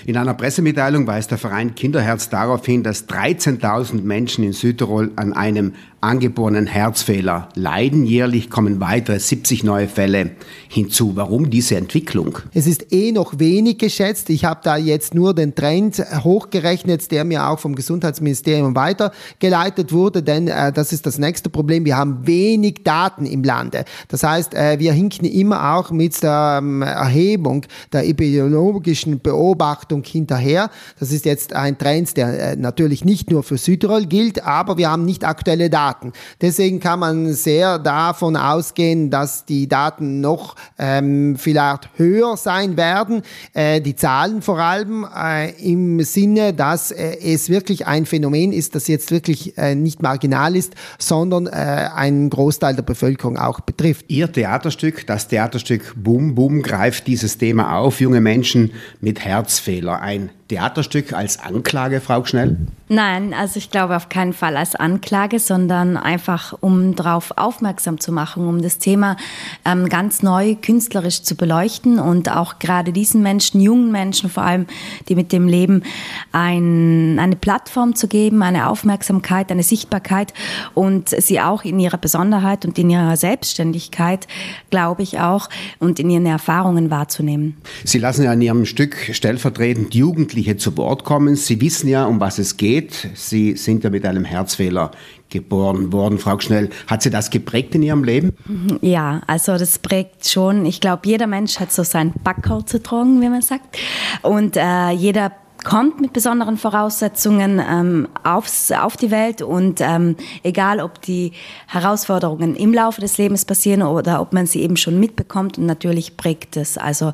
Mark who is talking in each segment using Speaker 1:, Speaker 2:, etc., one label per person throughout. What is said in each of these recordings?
Speaker 1: In einer Pressemitteilung weist der Verein Kinderherz darauf hin, dass 13.000 Menschen in Südtirol an einem angeborenen Herzfehler leiden. Jährlich kommen weitere 70 neue Fälle hinzu. Warum diese Entwicklung?
Speaker 2: Es ist noch wenig geschätzt. Ich habe da jetzt nur den Trend hochgerechnet, der mir auch vom Gesundheitsministerium weitergeleitet wurde, denn das ist das nächste Problem. Wir haben wenig Daten im Lande. Das heißt, wir hinken immer auch mit der Erhebung der epidemiologischen Beobachtung hinterher. Das ist jetzt ein Trend, der natürlich nicht nur für Südtirol gilt, aber wir haben nicht aktuelle Daten. Deswegen kann man sehr davon ausgehen, dass die Daten noch vielleicht höher sein werden. Die Zahlen vor allem im Sinne, dass es wirklich ein Phänomen ist, das jetzt wirklich nicht marginal ist, sondern einen Großteil der Bevölkerung auch betrifft.
Speaker 1: Ihr Theaterstück, das Theaterstück Bum Bum, greift dieses Thema auf, junge Menschen mit Herzfehler. Ein Theaterstück als Anklage, Frau Gschnell?
Speaker 3: Nein, also ich glaube auf keinen Fall als Anklage, sondern einfach, um darauf aufmerksam zu machen, um das Thema ganz neu künstlerisch zu beleuchten und auch gerade diesen Menschen, jungen Menschen vor allem, die mit dem Leben, eine Plattform zu geben, eine Aufmerksamkeit, eine Sichtbarkeit und sie auch in ihrer Besonderheit und in ihrer Selbstständigkeit, glaube ich auch, und in ihren Erfahrungen wahrzunehmen.
Speaker 1: Sie lassen ja in Ihrem Stück stellvertretend Jugendliche zu Wort kommen. Sie wissen ja, um was es geht. Sie sind ja mit einem Herzfehler geboren worden, Frau Gschnell. Hat Sie das geprägt in Ihrem Leben?
Speaker 3: Ja, also das prägt schon. Ich glaube, jeder Mensch hat so sein Backerl zu tragen, wie man sagt. Und jeder kommt mit besonderen Voraussetzungen auf die Welt und egal, ob die Herausforderungen im Laufe des Lebens passieren oder ob man sie eben schon mitbekommt, und natürlich prägt es. Also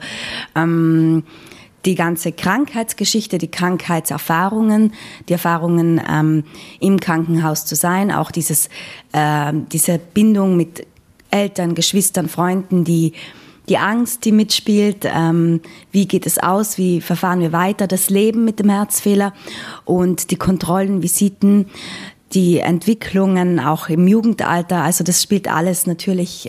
Speaker 3: die ganze Krankheitsgeschichte, die Krankheitserfahrungen, die Erfahrungen im Krankenhaus zu sein, auch diese Bindung mit Eltern, Geschwistern, Freunden, die Angst, die mitspielt, wie geht es aus, wie verfahren wir weiter, das Leben mit dem Herzfehler und die Kontrollen, Visiten, die Entwicklungen auch im Jugendalter, also das spielt alles natürlich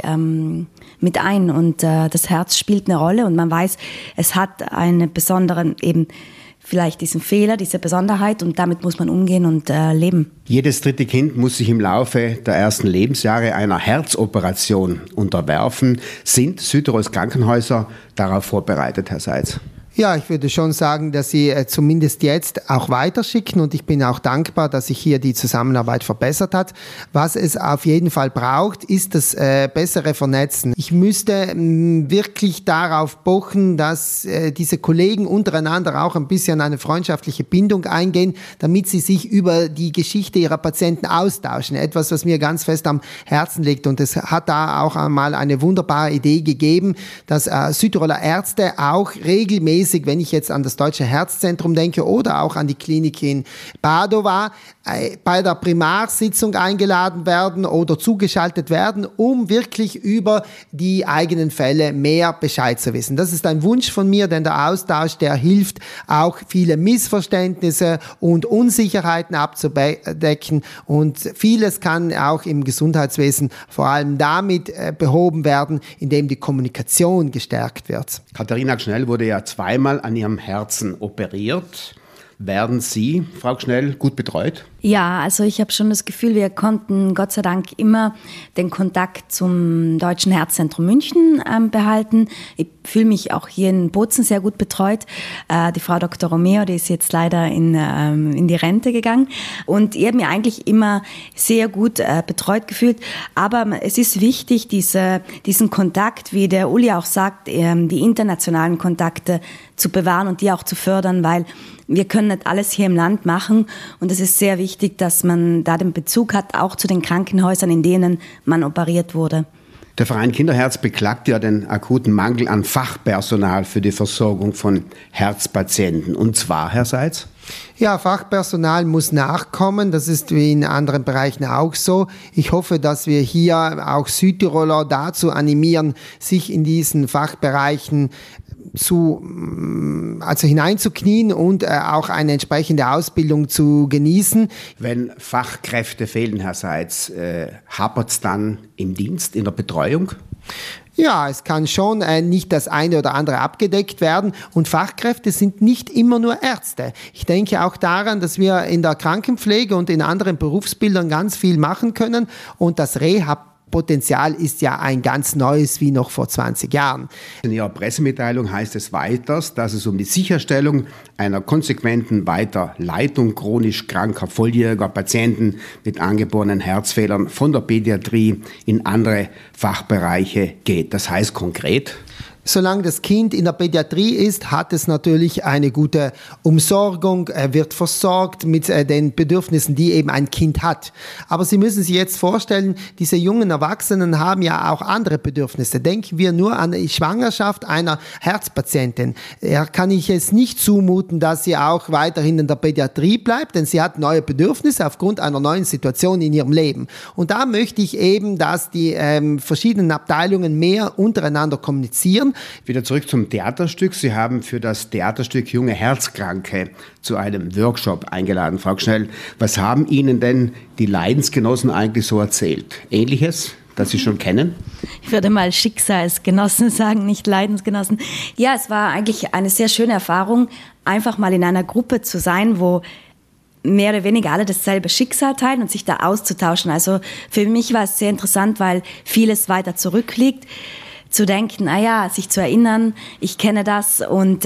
Speaker 3: mit ein und das Herz spielt eine Rolle und man weiß, es hat einen besonderen, eben vielleicht diesen Fehler, diese Besonderheit und damit muss man umgehen und leben.
Speaker 1: Jedes dritte Kind muss sich im Laufe der ersten Lebensjahre einer Herzoperation unterwerfen. Sind Südtirols Krankenhäuser darauf vorbereitet, Herr Seitz?
Speaker 2: Ja, ich würde schon sagen, dass sie zumindest jetzt auch weiterschicken und ich bin auch dankbar, dass sich hier die Zusammenarbeit verbessert hat. Was es auf jeden Fall braucht, ist das bessere Vernetzen. Ich müsste wirklich darauf pochen, dass diese Kollegen untereinander auch ein bisschen eine freundschaftliche Bindung eingehen, damit sie sich über die Geschichte ihrer Patienten austauschen. Etwas, was mir ganz fest am Herzen liegt und es hat da auch einmal eine wunderbare Idee gegeben, dass Südtiroler Ärzte auch regelmäßig, wenn ich jetzt an das Deutsche Herzzentrum denke oder auch an die Klinik in Padova, bei der Primarsitzung eingeladen werden oder zugeschaltet werden, um wirklich über die eigenen Fälle mehr Bescheid zu wissen. Das ist ein Wunsch von mir, denn der Austausch, der hilft auch viele Missverständnisse und Unsicherheiten abzudecken und vieles kann auch im Gesundheitswesen vor allem damit behoben werden, indem die Kommunikation gestärkt wird.
Speaker 1: Katharina Gschnell wurde ja zweimal an ihrem Herzen operiert. Werden Sie, Frau Gschnell, gut betreut?
Speaker 3: Ja, also ich habe schon das Gefühl, wir konnten Gott sei Dank immer den Kontakt zum Deutschen Herzzentrum München behalten. Ich fühle mich auch hier in Bozen sehr gut betreut. Die Frau Dr. Romeo, die ist jetzt leider in die Rente gegangen. Und ich habe mich eigentlich immer sehr gut betreut gefühlt. Aber es ist wichtig, diesen Kontakt, wie der Uli auch sagt, die internationalen Kontakte zu bewahren und die auch zu fördern, weil wir können nicht alles hier im Land machen und es ist sehr wichtig, dass man da den Bezug hat, auch zu den Krankenhäusern, in denen man operiert wurde.
Speaker 1: Der Verein Kinderherz beklagt ja den akuten Mangel an Fachpersonal für die Versorgung von Herzpatienten. Und zwar, Herr Seitz?
Speaker 2: Ja, Fachpersonal muss nachkommen, das ist wie in anderen Bereichen auch so. Ich hoffe, dass wir hier auch Südtiroler dazu animieren, sich in diesen Fachbereichen hineinzuknien und auch eine entsprechende Ausbildung zu genießen.
Speaker 1: Wenn Fachkräfte fehlen, Herr Seitz, hapert es dann im Dienst, in der Betreuung?
Speaker 2: Ja, es kann schon nicht das eine oder andere abgedeckt werden und Fachkräfte sind nicht immer nur Ärzte. Ich denke auch daran, dass wir in der Krankenpflege und in anderen Berufsbildern ganz viel machen können und das Rehab-Potenzial ist ja ein ganz neues wie noch vor 20 Jahren.
Speaker 1: In Ihrer Pressemitteilung heißt es weiters, dass es um die Sicherstellung einer konsequenten Weiterleitung chronisch kranker volljähriger Patienten mit angeborenen Herzfehlern von der Pädiatrie in andere Fachbereiche geht. Das heißt konkret?
Speaker 2: Solange das Kind in der Pädiatrie ist, hat es natürlich eine gute Umsorgung, er wird versorgt mit den Bedürfnissen, die eben ein Kind hat. Aber Sie müssen sich jetzt vorstellen, diese jungen Erwachsenen haben ja auch andere Bedürfnisse. Denken wir nur an die Schwangerschaft einer Herzpatientin. Kann ich es nicht zumuten, dass sie auch weiterhin in der Pädiatrie bleibt, denn sie hat neue Bedürfnisse aufgrund einer neuen Situation in ihrem Leben. Und da möchte ich eben, dass die verschiedenen Abteilungen mehr untereinander kommunizieren.
Speaker 1: Wieder zurück zum Theaterstück. Sie haben für das Theaterstück Junge Herzkranke zu einem Workshop eingeladen. Frau Gschnell, was haben Ihnen denn die Leidensgenossen eigentlich so erzählt? Ähnliches, das Sie schon kennen?
Speaker 3: Ich würde mal Schicksalsgenossen sagen, nicht Leidensgenossen. Ja, es war eigentlich eine sehr schöne Erfahrung, einfach mal in einer Gruppe zu sein, wo mehr oder weniger alle dasselbe Schicksal teilen und sich da auszutauschen. Also für mich war es sehr interessant, weil vieles weiter zurückliegt. Zu denken, sich zu erinnern, ich kenne das und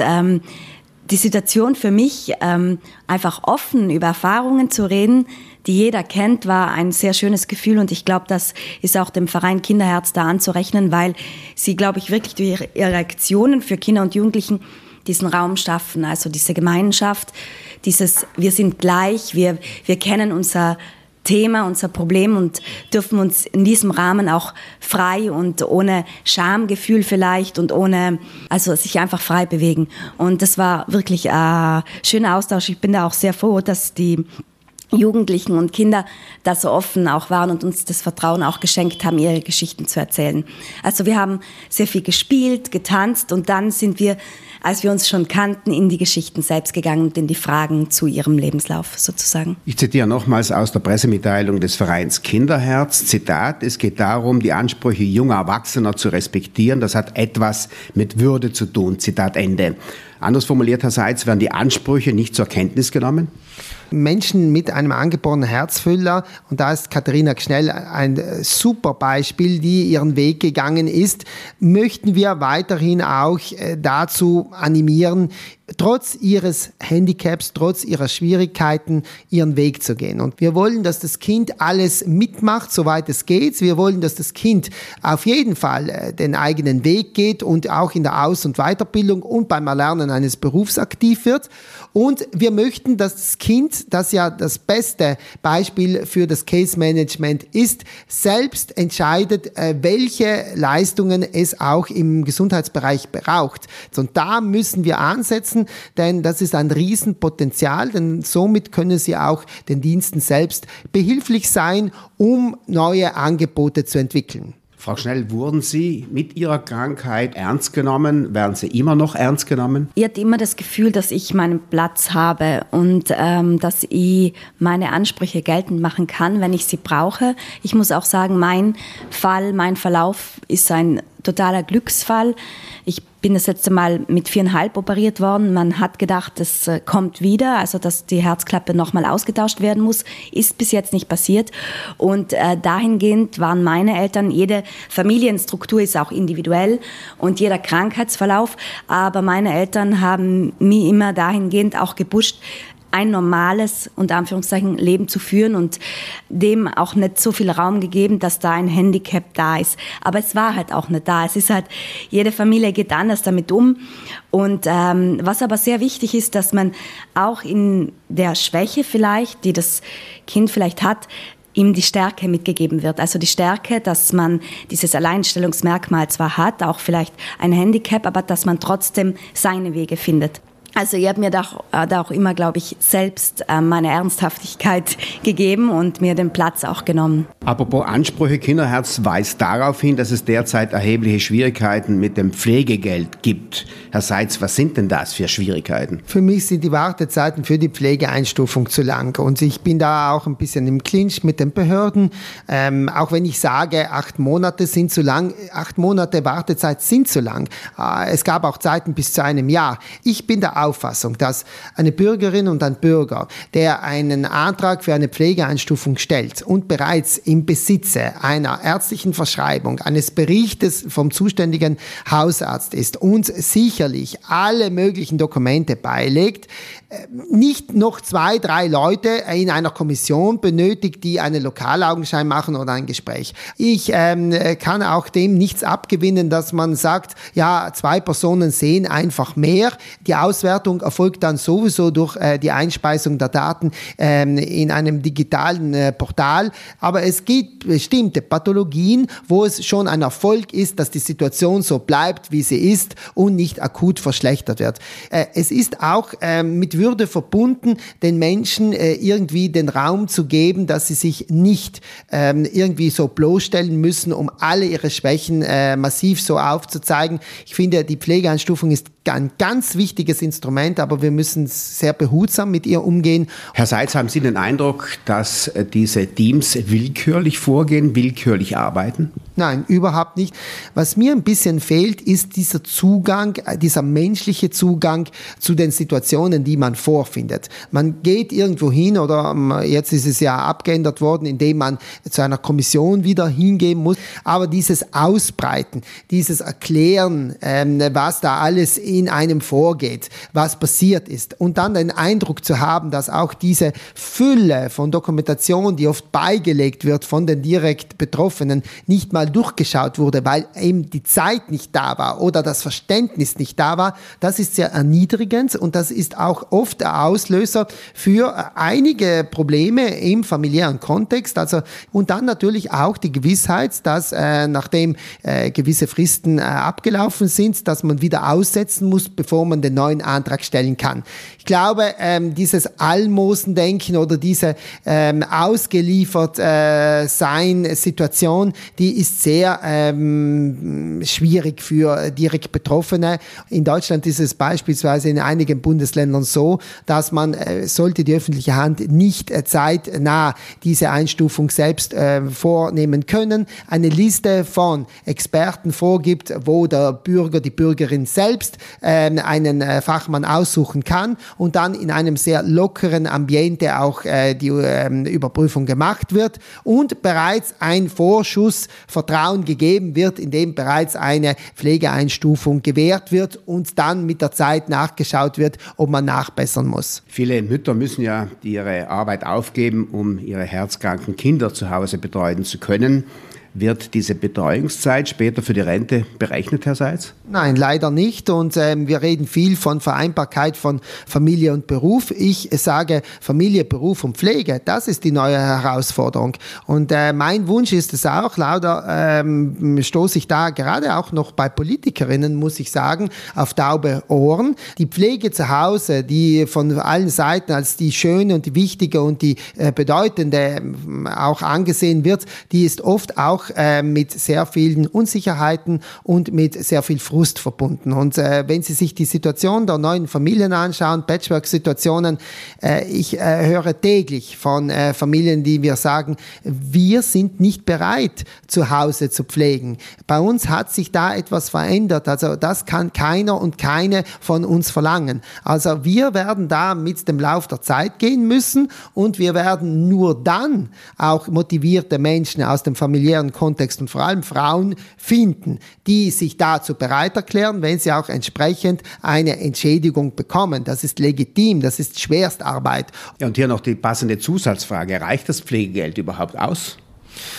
Speaker 3: die Situation für mich, einfach offen über Erfahrungen zu reden, die jeder kennt, war ein sehr schönes Gefühl und ich glaube, das ist auch dem Verein Kinderherz da anzurechnen, weil sie, glaube ich, wirklich durch ihre Aktionen für Kinder und Jugendlichen diesen Raum schaffen, also diese Gemeinschaft, dieses wir sind gleich, wir kennen unser Thema, unser Problem und dürfen uns in diesem Rahmen auch frei und ohne Schamgefühl vielleicht und also sich einfach frei bewegen. Und das war wirklich ein schöner Austausch. Ich bin da auch sehr froh, dass die Jugendlichen und Kinder da so offen auch waren und uns das Vertrauen auch geschenkt haben, ihre Geschichten zu erzählen. Also wir haben sehr viel gespielt, getanzt und dann sind wir, als wir uns schon kannten, in die Geschichten selbst gegangen und in die Fragen zu ihrem Lebenslauf sozusagen.
Speaker 1: Ich zitiere nochmals aus der Pressemitteilung des Vereins Kinderherz, Zitat, es geht darum, die Ansprüche junger Erwachsener zu respektieren, das hat etwas mit Würde zu tun, Zitat Ende. Anders formuliert, Herr Seitz, werden die Ansprüche nicht zur Kenntnis genommen?
Speaker 2: Menschen mit einem angeborenen Herzfüller, und da ist Katharina Gschnell ein super Beispiel, die ihren Weg gegangen ist, möchten wir weiterhin auch dazu animieren, trotz ihres Handicaps, trotz ihrer Schwierigkeiten, ihren Weg zu gehen. Und wir wollen, dass das Kind alles mitmacht, soweit es geht. Wir wollen, dass das Kind auf jeden Fall den eigenen Weg geht und auch in der Aus- und Weiterbildung und beim Erlernen eines Berufs aktiv wird. Und wir möchten, dass das Kind, das ja das beste Beispiel für das Case Management ist, selbst entscheidet, welche Leistungen es auch im Gesundheitsbereich braucht. Und da müssen wir ansetzen, denn das ist ein Riesenpotenzial, denn somit können sie auch den Diensten selbst behilflich sein, um neue Angebote zu entwickeln.
Speaker 1: Frau Gschnell, wurden Sie mit Ihrer Krankheit ernst genommen? Werden Sie immer noch ernst genommen?
Speaker 3: Ich hatte immer das Gefühl, dass ich meinen Platz habe und dass ich meine Ansprüche geltend machen kann, wenn ich sie brauche. Ich muss auch sagen, mein Verlauf ist ein totaler Glücksfall. Ich bin das letzte Mal mit 4,5 operiert worden. Man hat gedacht, es kommt wieder, also dass die Herzklappe nochmal ausgetauscht werden muss. Ist bis jetzt nicht passiert. Und dahingehend waren meine Eltern, jede Familienstruktur ist auch individuell und jeder Krankheitsverlauf, aber meine Eltern haben mich immer dahingehend auch gepusht, ein normales, unter Anführungszeichen, Leben zu führen und dem auch nicht so viel Raum gegeben, dass da ein Handicap da ist. Aber es war halt auch nicht da. Es ist halt, jede Familie geht anders damit um. Und was aber sehr wichtig ist, dass man auch in der Schwäche vielleicht, die das Kind vielleicht hat, ihm die Stärke mitgegeben wird. Also die Stärke, dass man dieses Alleinstellungsmerkmal zwar hat, auch vielleicht ein Handicap, aber dass man trotzdem seine Wege findet. Also ich habe mir da auch immer, glaube ich, selbst meine Ernsthaftigkeit gegeben und mir den Platz auch genommen.
Speaker 1: Apropos Ansprüche, Kinderherz weist darauf hin, dass es derzeit erhebliche Schwierigkeiten mit dem Pflegegeld gibt. Herr Seitz, was sind denn das für Schwierigkeiten?
Speaker 2: Für mich sind die Wartezeiten für die Pflegeeinstufung zu lang und ich bin da auch ein bisschen im Clinch mit den Behörden. Auch wenn ich sage, 8 Monate sind zu lang, 8 Monate Wartezeit sind zu lang. Es gab auch Zeiten bis zu einem Jahr. Ich bin der Auffassung, dass eine Bürgerin und ein Bürger, der einen Antrag für eine Pflegeeinstufung stellt und bereits im Besitze einer ärztlichen Verschreibung, eines Berichtes vom zuständigen Hausarzt ist und sicherlich alle möglichen Dokumente beilegt, nicht noch 2, 3 Leute in einer Kommission benötigt, die einen Lokalaugenschein machen oder ein Gespräch. Ich kann auch dem nichts abgewinnen, dass man sagt, ja, 2 Personen sehen einfach mehr. Die Auswertung erfolgt dann sowieso durch die Einspeisung der Daten in einem digitalen Portal. Aber es gibt bestimmte Pathologien, wo es schon ein Erfolg ist, dass die Situation so bleibt, wie sie ist und nicht akut verschlechtert wird. Es ist auch mit Würde verbunden, den Menschen irgendwie den Raum zu geben, dass sie sich nicht irgendwie so bloßstellen müssen, um alle ihre Schwächen massiv so aufzuzeigen. Ich finde, die Pflegeeinstufung ist ein ganz wichtiges Instrument, aber wir müssen sehr behutsam mit ihr umgehen.
Speaker 1: Herr Seitz, haben Sie den Eindruck, dass diese Teams willkürlich vorgehen, willkürlich arbeiten?
Speaker 2: Nein, überhaupt nicht. Was mir ein bisschen fehlt, ist dieser Zugang, dieser menschliche Zugang zu den Situationen, die man vorfindet. Man geht irgendwo hin oder jetzt ist es ja abgeändert worden, indem man zu einer Kommission wieder hingehen muss. Aber dieses Ausbreiten, dieses Erklären, was da alles in einem vorgeht, was passiert ist und dann den Eindruck zu haben, dass auch diese Fülle von Dokumentation, die oft beigelegt wird von den direkt Betroffenen, nicht mal durchgeschaut wurde, weil eben die Zeit nicht da war oder das Verständnis nicht da war, das ist sehr erniedrigend und das ist auch oft der Auslöser für einige Probleme im familiären Kontext. Also, und dann natürlich auch die Gewissheit, dass nachdem gewisse Fristen abgelaufen sind, dass man wieder aussetzen muss, bevor man den neuen Antrag stellen kann. Ich glaube, dieses Almosendenken oder diese ausgeliefert sein Situation, die ist sehr schwierig für direkt Betroffene. In Deutschland ist es beispielsweise in einigen Bundesländern so, dass man sollte die öffentliche Hand nicht zeitnah diese Einstufung selbst vornehmen können, eine Liste von Experten vorgibt, wo der Bürger, die Bürgerin selbst einen Fachmann aussuchen kann und dann in einem sehr lockeren Ambiente auch die Überprüfung gemacht wird und bereits ein Vorschuss Vertrauen gegeben wird, indem bereits eine Pflegeeinstufung gewährt wird und dann mit der Zeit nachgeschaut wird, ob man nachbessern muss.
Speaker 1: Viele Mütter müssen ja ihre Arbeit aufgeben, um ihre herzkranken Kinder zu Hause betreuen zu können. Wird diese Betreuungszeit später für die Rente berechnet, Herr Seitz?
Speaker 2: Nein, leider nicht. Und wir reden viel von Vereinbarkeit von Familie und Beruf. Ich sage Familie, Beruf und Pflege, das ist die neue Herausforderung. Und mein Wunsch ist es auch, leider stoße ich da gerade auch noch bei Politikerinnen, muss ich sagen, auf taube Ohren. Die Pflege zu Hause, die von allen Seiten als die schöne und die wichtige und die bedeutende auch angesehen wird, die ist oft auch mit sehr vielen Unsicherheiten und mit sehr viel Frust verbunden. Und wenn Sie sich die Situation der neuen Familien anschauen, Patchwork-Situationen, ich höre täglich von Familien, die mir sagen, wir sind nicht bereit, zu Hause zu pflegen. Bei uns hat sich da etwas verändert. Also das kann keiner und keine von uns verlangen. Also wir werden da mit dem Lauf der Zeit gehen müssen und wir werden nur dann auch motivierte Menschen aus dem familiären Kontext und vor allem Frauen finden, die sich dazu bereit erklären, wenn sie auch entsprechend eine Entschädigung bekommen. Das ist legitim, das ist Schwerstarbeit.
Speaker 1: Ja, und hier noch die passende Zusatzfrage. Reicht das Pflegegeld überhaupt aus?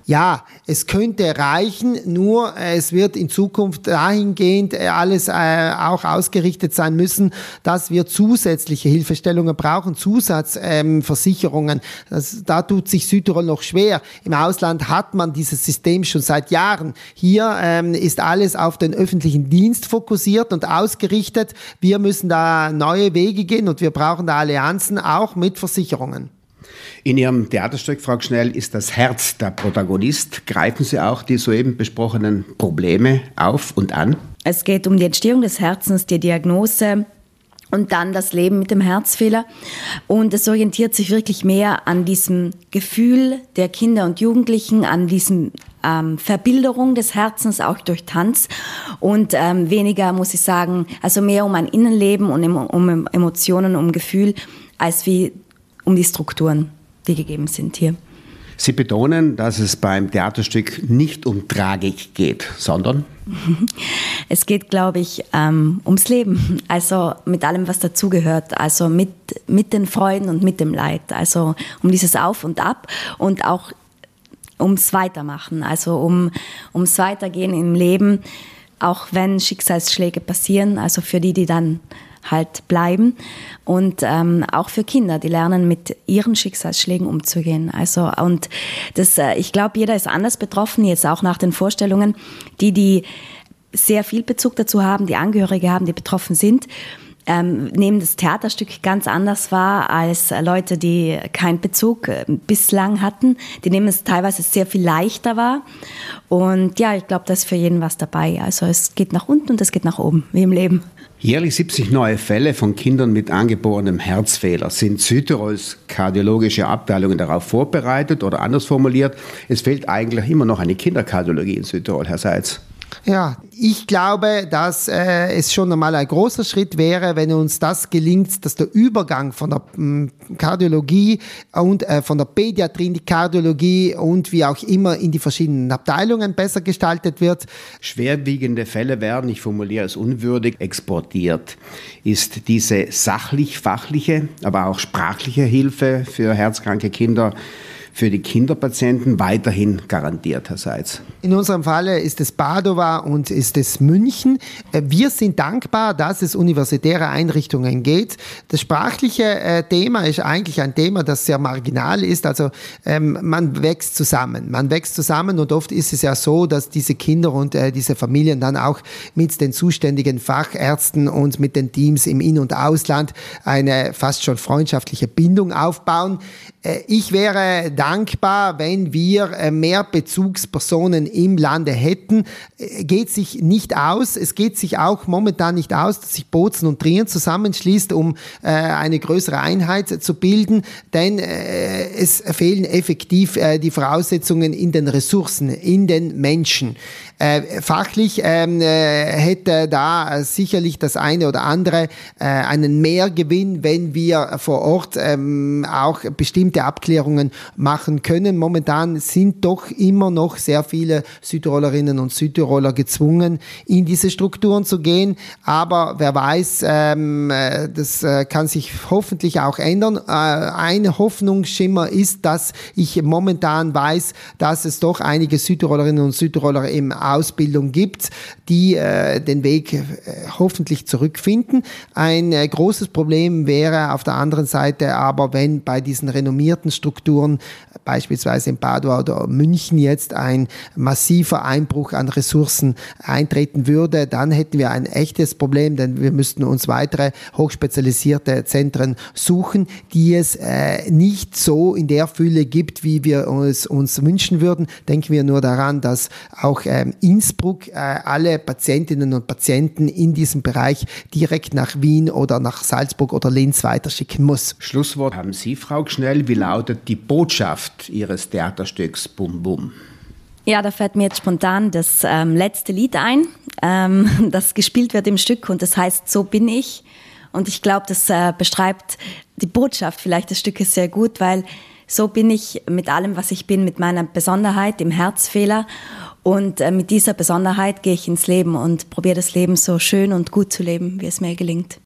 Speaker 2: Ja, es könnte reichen, nur es wird in Zukunft dahingehend alles auch ausgerichtet sein müssen, dass wir zusätzliche Hilfestellungen brauchen, Zusatzversicherungen. Da tut sich Südtirol noch schwer. Im Ausland hat man dieses System schon seit Jahren. Hier ist alles auf den öffentlichen Dienst fokussiert und ausgerichtet. Wir müssen da neue Wege gehen und wir brauchen da Allianzen, auch mit Versicherungen.
Speaker 1: In Ihrem Theaterstück, Frau Gschnell, ist das Herz der Protagonist. Greifen Sie auch die soeben besprochenen Probleme auf und an?
Speaker 3: Es geht um die Entstehung des Herzens, die Diagnose und dann das Leben mit dem Herzfehler. Und es orientiert sich wirklich mehr an diesem Gefühl der Kinder und Jugendlichen, an diesem Verbilderung des Herzens, auch durch Tanz. Und weniger, muss ich sagen, also mehr um ein Innenleben und um Emotionen, um Gefühl, als wie um die Strukturen, die gegeben sind hier.
Speaker 1: Sie betonen, dass es beim Theaterstück nicht um Tragik geht, sondern?
Speaker 3: Es geht, glaube ich, ums Leben, also mit allem, was dazugehört, also mit den Freuden und mit dem Leid, also um dieses Auf und Ab und auch ums Weitermachen, also ums Weitergehen im Leben, auch wenn Schicksalsschläge passieren, also für die dann halt bleiben und auch für Kinder, die lernen mit ihren Schicksalsschlägen umzugehen. Also und das, ich glaube, jeder ist anders betroffen, jetzt auch nach den Vorstellungen, die sehr viel Bezug dazu haben, die Angehörige haben, die betroffen sind, nehmen das Theaterstück ganz anders wahr als Leute, die keinen Bezug bislang hatten. Die nehmen es teilweise sehr viel leichter wahr. Und ja, ich glaube, da ist für jeden was dabei. Also es geht nach unten und es geht nach oben, wie im Leben.
Speaker 1: Jährlich 70 neue Fälle von Kindern mit angeborenem Herzfehler. Sind Südtirols kardiologische Abteilungen darauf vorbereitet oder anders formuliert? Es fehlt eigentlich immer noch eine Kinderkardiologie in Südtirol, Herr Seitz.
Speaker 2: Ja, ich glaube, dass es schon einmal ein großer Schritt wäre, wenn uns das gelingt, dass der Übergang von der Kardiologie und von der Pädiatrie in die Kardiologie und wie auch immer in die verschiedenen Abteilungen besser gestaltet wird.
Speaker 1: Schwerwiegende Fälle werden, ich formuliere es unwürdig, exportiert. Ist diese sachlich-fachliche, aber auch sprachliche Hilfe für herzkranke Kinder für die Kinderpatienten weiterhin garantiert, Herr Seitz?
Speaker 2: In unserem Falle ist es Padova und ist es München. Wir sind dankbar, dass es universitäre Einrichtungen geht. Das sprachliche Thema ist eigentlich ein Thema, das sehr marginal ist. Also man wächst zusammen. Man wächst zusammen und oft ist es ja so, dass diese Kinder und diese Familien dann auch mit den zuständigen Fachärzten und mit den Teams im In- und Ausland eine fast schon freundschaftliche Bindung aufbauen. Ich wäre dankbar, wenn wir mehr Bezugspersonen im Lande hätten. Geht sich nicht aus. Es geht sich auch momentan nicht aus, dass sich Bozen und Trier zusammenschließt, um eine größere Einheit zu bilden, denn es fehlen effektiv die Voraussetzungen in den Ressourcen, in den Menschen. Fachlich hätte da sicherlich das eine oder andere einen Mehrgewinn, wenn wir vor Ort auch bestimmte Abklärungen machen können. Momentan sind doch immer noch sehr viele Südtirolerinnen und Südtiroler gezwungen, in diese Strukturen zu gehen. Aber wer weiß, das kann sich hoffentlich auch ändern. Ein Hoffnungsschimmer ist, dass ich momentan weiß, dass es doch einige Südtirolerinnen und Südtiroler im Ausbildung gibt, die den Weg hoffentlich zurückfinden. Ein großes Problem wäre auf der anderen Seite aber, wenn bei diesen renommierten Strukturen, beispielsweise in Padua oder München jetzt, ein massiver Einbruch an Ressourcen eintreten würde, dann hätten wir ein echtes Problem, denn wir müssten uns weitere hochspezialisierte Zentren suchen, die es nicht so in der Fülle gibt, wie wir es uns wünschen würden. Denken wir nur daran, dass auch Innsbruck alle Patientinnen und Patienten in diesem Bereich direkt nach Wien oder nach Salzburg oder Linz weiterschicken muss.
Speaker 1: Schlusswort haben Sie, Frau Gschnell. Wie lautet die Botschaft Ihres Theaterstücks Bum Bum?
Speaker 3: Ja, da fällt mir jetzt spontan das letzte Lied ein, das gespielt wird im Stück und das heißt So bin ich. Und ich glaube, das beschreibt die Botschaft vielleicht des Stückes sehr gut, weil so bin ich mit allem, was ich bin, mit meiner Besonderheit, dem Herzfehler. Und mit dieser Besonderheit gehe ich ins Leben und probiere das Leben so schön und gut zu leben, wie es mir gelingt.